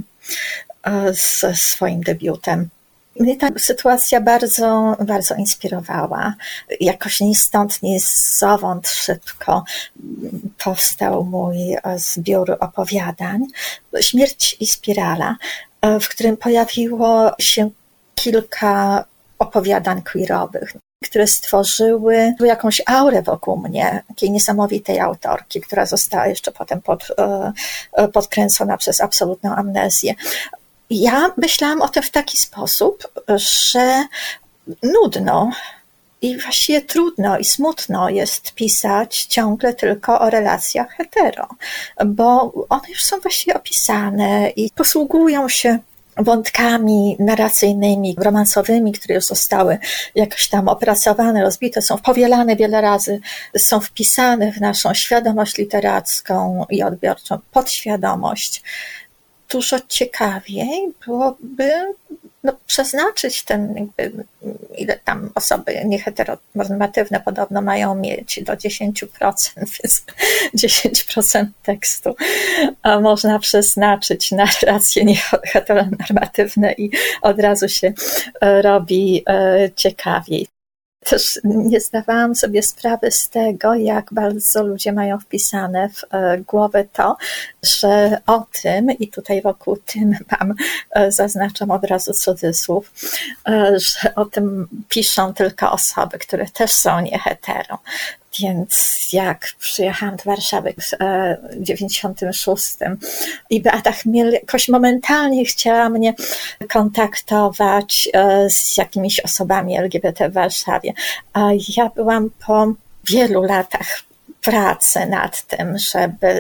Speaker 5: ze swoim debiutem. Mnie ta sytuacja bardzo, bardzo inspirowała. Jakoś ni stąd, ni zowąd szybko powstał mój zbiór opowiadań Śmierć i spirala, w którym pojawiło się kilka opowiadań queerowych, które stworzyły jakąś aurę wokół mnie, takiej niesamowitej autorki, która została jeszcze potem pod, podkręcona przez absolutną amnezję. Ja myślałam o tym w taki sposób, że nudno i właściwie trudno i smutno jest pisać ciągle tylko o relacjach hetero, bo one już są właściwie opisane i posługują się wątkami narracyjnymi, romansowymi, które już zostały jakoś tam opracowane, rozbite, są powielane wiele razy, są wpisane w naszą świadomość literacką i odbiorczą podświadomość. Dużo ciekawiej byłoby no, przeznaczyć ten, jakby, ile tam osoby nieheteronormatywne podobno mają mieć, do dziesięć procent, więc dziesięć procent tekstu a można przeznaczyć na relacje nieheteronormatywne i od razu się robi ciekawiej. Też nie zdawałam sobie sprawy z tego, jak bardzo ludzie mają wpisane w głowę to, że o tym, i tutaj wokół tym mam, zaznaczam od razu cudzysłów, że o tym piszą tylko osoby, które też są niehetero. Więc jak przyjechałam do Warszawy w dziewięćdziesiątym szóstym i Beata Chmiel jakoś momentalnie chciała mnie kontaktować z jakimiś osobami L G B T w Warszawie, a ja byłam po wielu latach pracy nad tym, żeby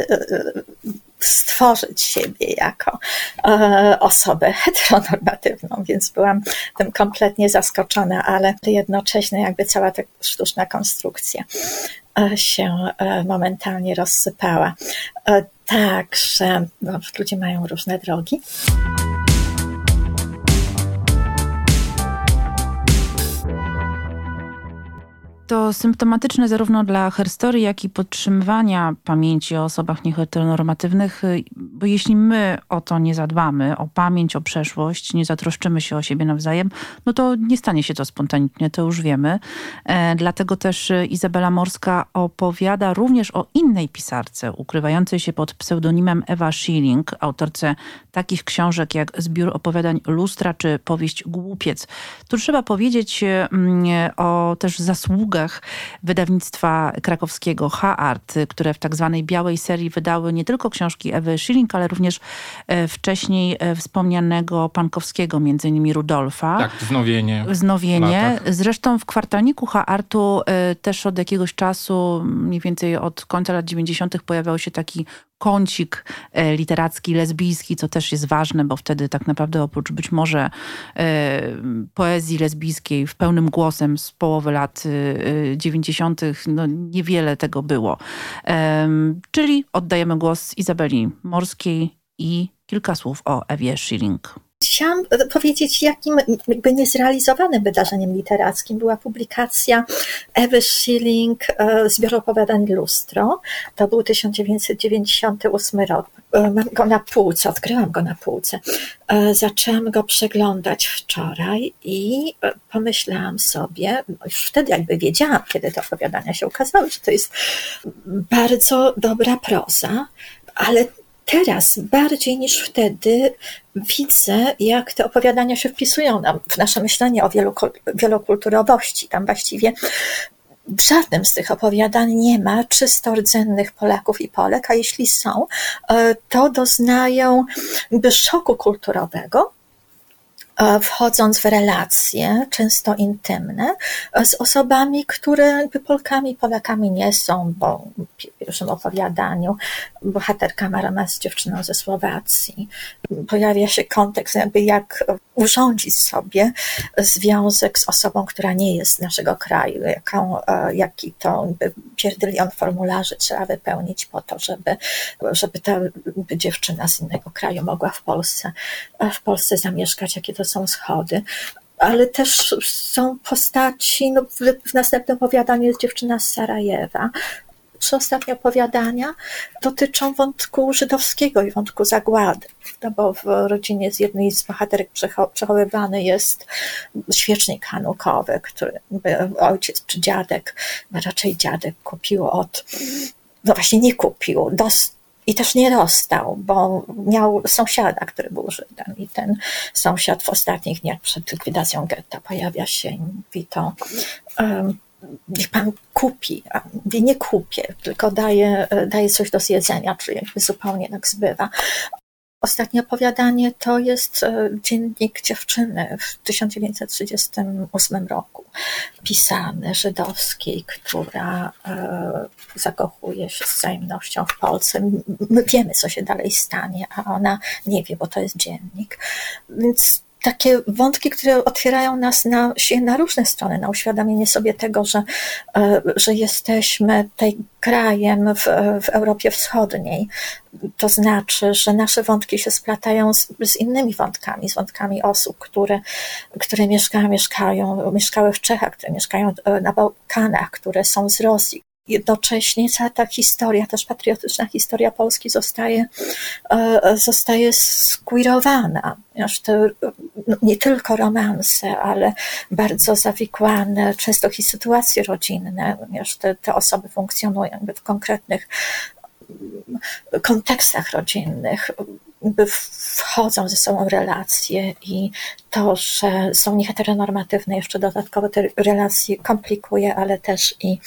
Speaker 5: stworzyć siebie jako e, osobę heteronormatywną, więc byłam tym kompletnie zaskoczona, ale jednocześnie jakby cała ta sztuczna konstrukcja e, się e, momentalnie rozsypała. E, Także no, ludzie mają różne drogi.
Speaker 1: To symptomatyczne zarówno dla herstorii, jak i podtrzymywania pamięci o osobach nieheteronormatywnych, bo jeśli my o to nie zadbamy, o pamięć, o przeszłość, nie zatroszczymy się o siebie nawzajem, no to nie stanie się to spontanicznie, to już wiemy. E, dlatego też Izabela Morska opowiada również o innej pisarce, ukrywającej się pod pseudonimem Ewa Schilling, autorce takich książek jak zbiór opowiadań Lustra czy powieść Głupiec. Tu trzeba powiedzieć mm, o też zasługach wydawnictwa krakowskiego H-Art, które w tak zwanej białej serii wydały nie tylko książki Ewy Schilling, ale również wcześniej wspomnianego Pankowskiego, między innymi Rudolfa.
Speaker 4: Tak, Wznowienie.
Speaker 1: Wznowienie. Zresztą w kwartalniku H-Artu też od jakiegoś czasu, mniej więcej od końca lat dziewięćdziesiątych pojawiał się taki kącik literacki, lesbijski, co też jest ważne, bo wtedy tak naprawdę oprócz być może poezji lesbijskiej w pełnym głosem z połowy lat dziewięćdziesiątych no niewiele tego było. Czyli oddajemy głos Izabeli Morskiej i kilka słów o Ewie Schilling.
Speaker 5: Chciałam powiedzieć, jakim jakby niezrealizowanym wydarzeniem literackim była publikacja Ewy Schilling zbioru opowiadań Lustro. To był tysiąc dziewięćset dziewięćdziesiąty ósmy rok. Mam go na półce, odkryłam go na półce. Zaczęłam go przeglądać wczoraj i pomyślałam sobie, no już wtedy jakby wiedziałam, kiedy te opowiadania się ukazały, że to jest bardzo dobra proza, ale teraz bardziej niż wtedy widzę, jak te opowiadania się wpisują nam w nasze myślenie o wielokulturowości. Tam właściwie w żadnym z tych opowiadań nie ma czysto rdzennych Polaków i Polek, a jeśli są, to doznają jakby szoku kulturowego, wchodząc w relacje, często intymne, z osobami, które jakby Polkami i Polakami nie są, bo w pierwszym opowiadaniu bohaterka ma romans z dziewczyną ze Słowacji. Pojawia się kontekst, jakby jak urządzić sobie związek z osobą, która nie jest z naszego kraju, jaką, jaki to pierdylion formularzy trzeba wypełnić po to, żeby, żeby ta dziewczyna z innego kraju mogła w Polsce, w Polsce zamieszkać, jakie to są schody. Ale też są postaci, no w, w następnym opowiadaniu jest dziewczyna z Sarajewa. Trzy ostatnie opowiadania dotyczą wątku żydowskiego i wątku zagłady, no bo w rodzinie z jednej z bohaterek przechowywany jest świecznik hanukowy, który ojciec czy dziadek, raczej dziadek kupił od, no właśnie nie kupił, dos, i też nie dostał, bo miał sąsiada, który był Żydem i ten sąsiad w ostatnich dniach przed likwidacją getta pojawia się i mówi to, um, niech pan kupi, a mówi nie kupię, tylko daje, daje coś do zjedzenia, czyli jakby zupełnie tak zbywa. Ostatnie opowiadanie to jest dziennik dziewczyny w tysiąc dziewięćset trzydziestym ósmym roku, pisany, żydowskiej, która e, zakochuje się z wzajemnością w Polsce. My wiemy, co się dalej stanie, a ona nie wie, bo to jest dziennik. Więc takie wątki, które otwierają nas na, na różne strony, na uświadomienie sobie tego, że, że jesteśmy tej krajem w, w Europie Wschodniej. To znaczy, że nasze wątki się splatają z, z innymi wątkami, z wątkami osób, które, które mieszkają, mieszkają, mieszkały w Czechach, które mieszkają na Bałkanach, które są z Rosji. Jednocześnie cała ta historia, też patriotyczna historia Polski zostaje, zostaje squeerowana. Te, no, nie tylko romanse, ale bardzo zawikłane, często i sytuacje rodzinne, te, te osoby funkcjonują jakby w konkretnych kontekstach rodzinnych, jakby wchodzą ze sobą relacje i to, że są nieheteronormatywne, jeszcze dodatkowo te relacje komplikuje, ale też i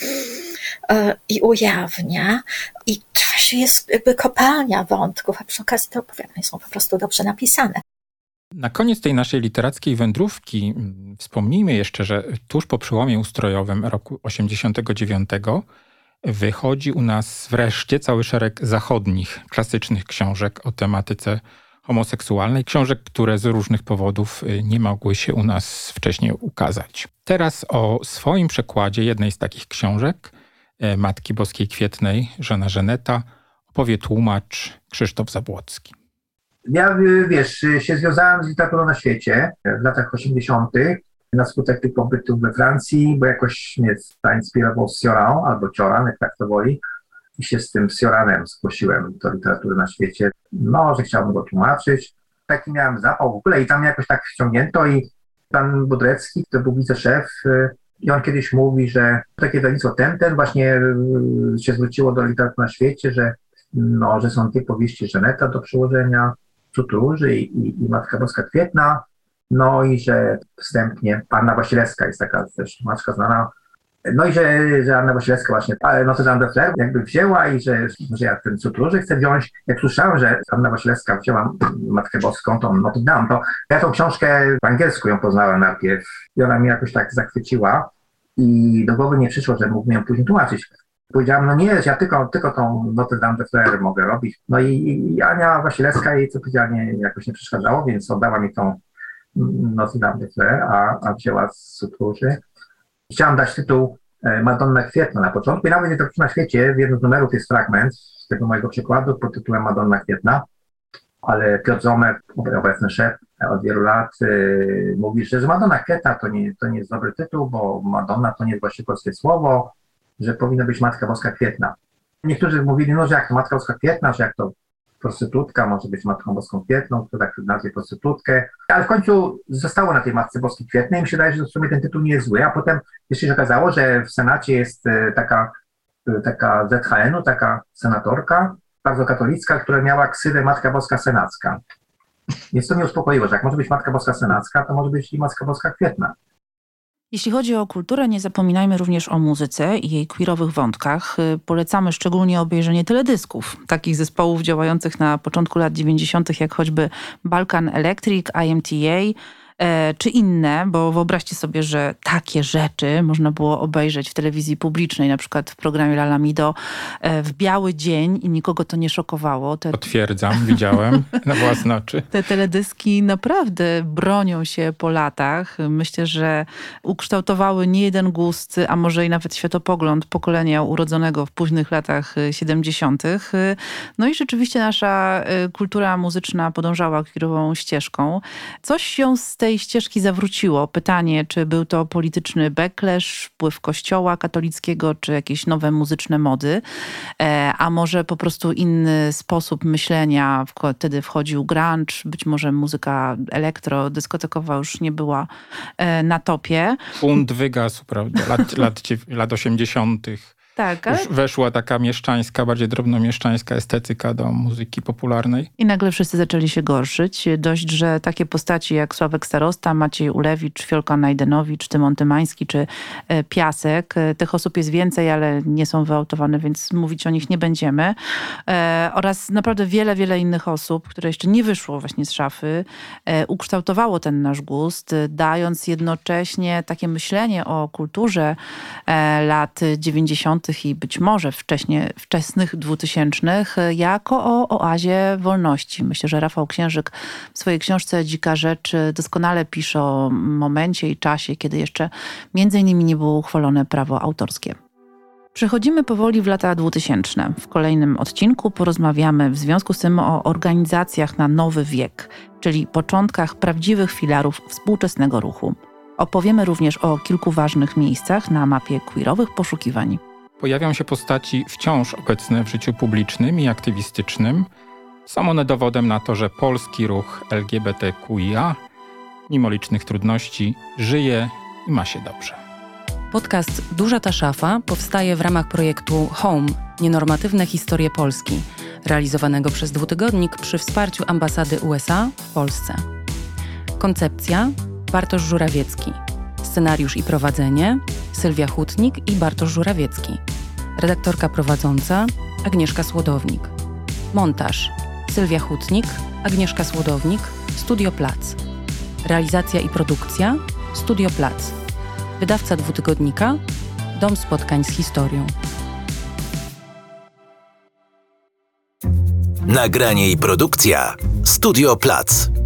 Speaker 5: i ujawnia i to jest jakby kopalnia wątków, a przy okazji te opowiadania są po prostu dobrze napisane.
Speaker 4: Na koniec tej naszej literackiej wędrówki wspomnijmy jeszcze, że tuż po przełomie ustrojowym roku osiemdziesiątego dziewiątego wychodzi u nas wreszcie cały szereg zachodnich, klasycznych książek o tematyce homoseksualnej. Książek, które z różnych powodów nie mogły się u nas wcześniej ukazać. Teraz o swoim przekładzie jednej z takich książek, Matki Boskiej Kwietnej, Żona Żeneta, opowie tłumacz Krzysztof Zabłocki.
Speaker 6: Ja, wiesz, się związałem z literaturą na świecie w latach osiemdziesiątych na skutek tych pobytów we Francji, bo jakoś mnie zainspirował Sioran albo Cioran, jak tak to woli. I się z tym Sioranem zgłosiłem do literatury na świecie. No, że chciałbym go tłumaczyć. Taki miałem zapał w ogóle i tam jakoś tak wciągnięto i pan Budrecki, to był wiceszef, i on kiedyś mówi, że takie wydawnictwo ten, ten właśnie się zwróciło do literatury na świecie, że, no, że są dwie powieści Żeneta do przełożenia, Cud Róży i, i, i Matka Boska Kwietna, no i że wstępnie Anna Wasilewska jest taka też tłumaczka znana, no i że, że Anna Wasilewska właśnie Notre Dame de Flers jakby wzięła i że, że ja ten Cud Róży chcę wziąć. Jak słyszałem, że Anna Wasilewska wzięła Matkę Boską, tą Notre Dame, to ja tą książkę po angielsku ją poznałem najpierw i ona mnie jakoś tak zachwyciła i do głowy nie przyszło, że mógłbym ją później tłumaczyć. Powiedziałam, no nie, ja tylko, tylko tą Notre Dame de Fleurs mogę robić. No i, i Ania Wasilewska jej co powiedziała, nie, jakoś nie przeszkadzało, więc oddała mi tą Notre Dame de Fleurs, a, a wzięła z sutruży. Chciałam dać tytuł Madonna Kwietna na początku i nawet nie to na świecie, w jednym z numerów jest fragment z tego mojego przykładu pod tytułem Madonna Kwietna, ale Piotr Zomer, obecny szef od wielu lat, yy, mówi, że Madonna Kwietna to nie, to nie jest dobry tytuł, bo Madonna to nie jest właściwie polskie słowo, że powinna być Matka Boska Kwietna. Niektórzy mówili, no że jak to Matka Boska Kwietna, że jak to prostytutka może być Matką Boską Kwietną, to tak nazwie prostytutkę, ale w końcu zostało na tej Matce Boskiej Kwietnej i mi się wydaje, że w sumie ten tytuł nie jest zły, a potem jeszcze się okazało, że w Senacie jest taka, taka Z H N-u, taka senatorka, bardzo katolicka, która miała ksywę Matka Boska Senacka. Więc to mnie uspokoiło, że jak może być Matka Boska Senacka, to może być i Matka Boska Kwietna.
Speaker 1: Jeśli chodzi o kulturę, nie zapominajmy również o muzyce i jej queerowych wątkach. Polecamy szczególnie obejrzenie teledysków takich zespołów działających na początku lat dziewięćdziesiątych, jak choćby Balkan Electric, I M T A, czy inne, bo wyobraźcie sobie, że takie rzeczy można było obejrzeć w telewizji publicznej, na przykład w programie Lalamido w biały dzień i nikogo to nie szokowało. Te...
Speaker 4: Potwierdzam, widziałem na własne oczy.
Speaker 1: Te teledyski naprawdę bronią się po latach. Myślę, że ukształtowały nie jeden gust, a może i nawet światopogląd pokolenia urodzonego w późnych latach siedemdziesiątych. No i rzeczywiście nasza kultura muzyczna podążała queerową ścieżką. Coś ją z tej ścieżki zawróciło. Pytanie, czy był to polityczny backlash, wpływ kościoła katolickiego, czy jakieś nowe muzyczne mody, a może po prostu inny sposób myślenia. Wtedy wchodził grunge, być może muzyka elektro, dyskotekowa już nie była na topie.
Speaker 4: Bunt wygasł, prawda, lat, lat, lat osiemdziesiątych.
Speaker 1: Tak, ale...
Speaker 4: Już weszła taka mieszczańska, bardziej drobnomieszczańska estetyka do muzyki popularnej.
Speaker 1: I nagle wszyscy zaczęli się gorszyć. Dość, że takie postaci jak Sławek Starosta, Maciej Ulewicz, Fiolka Najdenowicz, Tymon Tymański czy Piasek. Tych osób jest więcej, ale nie są wyautowane, więc mówić o nich nie będziemy. E, oraz naprawdę wiele, wiele innych osób, które jeszcze nie wyszło właśnie z szafy, e, ukształtowało ten nasz gust, dając jednocześnie takie myślenie o kulturze e, lat dziewięćdziesiątych i być może wcześnie, wczesnych dwutysięcznych jako o oazie wolności. Myślę, że Rafał Księżyk w swojej książce Dzika Rzecz doskonale pisze o momencie i czasie, kiedy jeszcze między innymi nie było uchwalone prawo autorskie. Przechodzimy powoli w lata dwutysięczne. W kolejnym odcinku porozmawiamy w związku z tym o organizacjach na nowy wiek, czyli początkach prawdziwych filarów współczesnego ruchu. Opowiemy również o kilku ważnych miejscach na mapie queerowych poszukiwań.
Speaker 4: Pojawią się postaci wciąż obecne w życiu publicznym i aktywistycznym. Są one dowodem na to, że polski ruch L G B T Q I A, mimo licznych trudności, żyje i ma się dobrze.
Speaker 7: Podcast Duża ta szafa powstaje w ramach projektu Home – Nienormatywne historie Polski, realizowanego przez Dwutygodnik przy wsparciu ambasady U S A w Polsce. Koncepcja Bartosz Żurawiecki. Scenariusz i prowadzenie Sylwia Hutnik i Bartosz Żurawiecki. Redaktorka prowadząca Agnieszka Słodownik. Montaż Sylwia Hutnik, Agnieszka Słodownik, Studio Plac. Realizacja i produkcja Studio Plac. Wydawca Dwutygodnika Dom Spotkań z Historią.
Speaker 8: Nagranie i produkcja Studio Plac.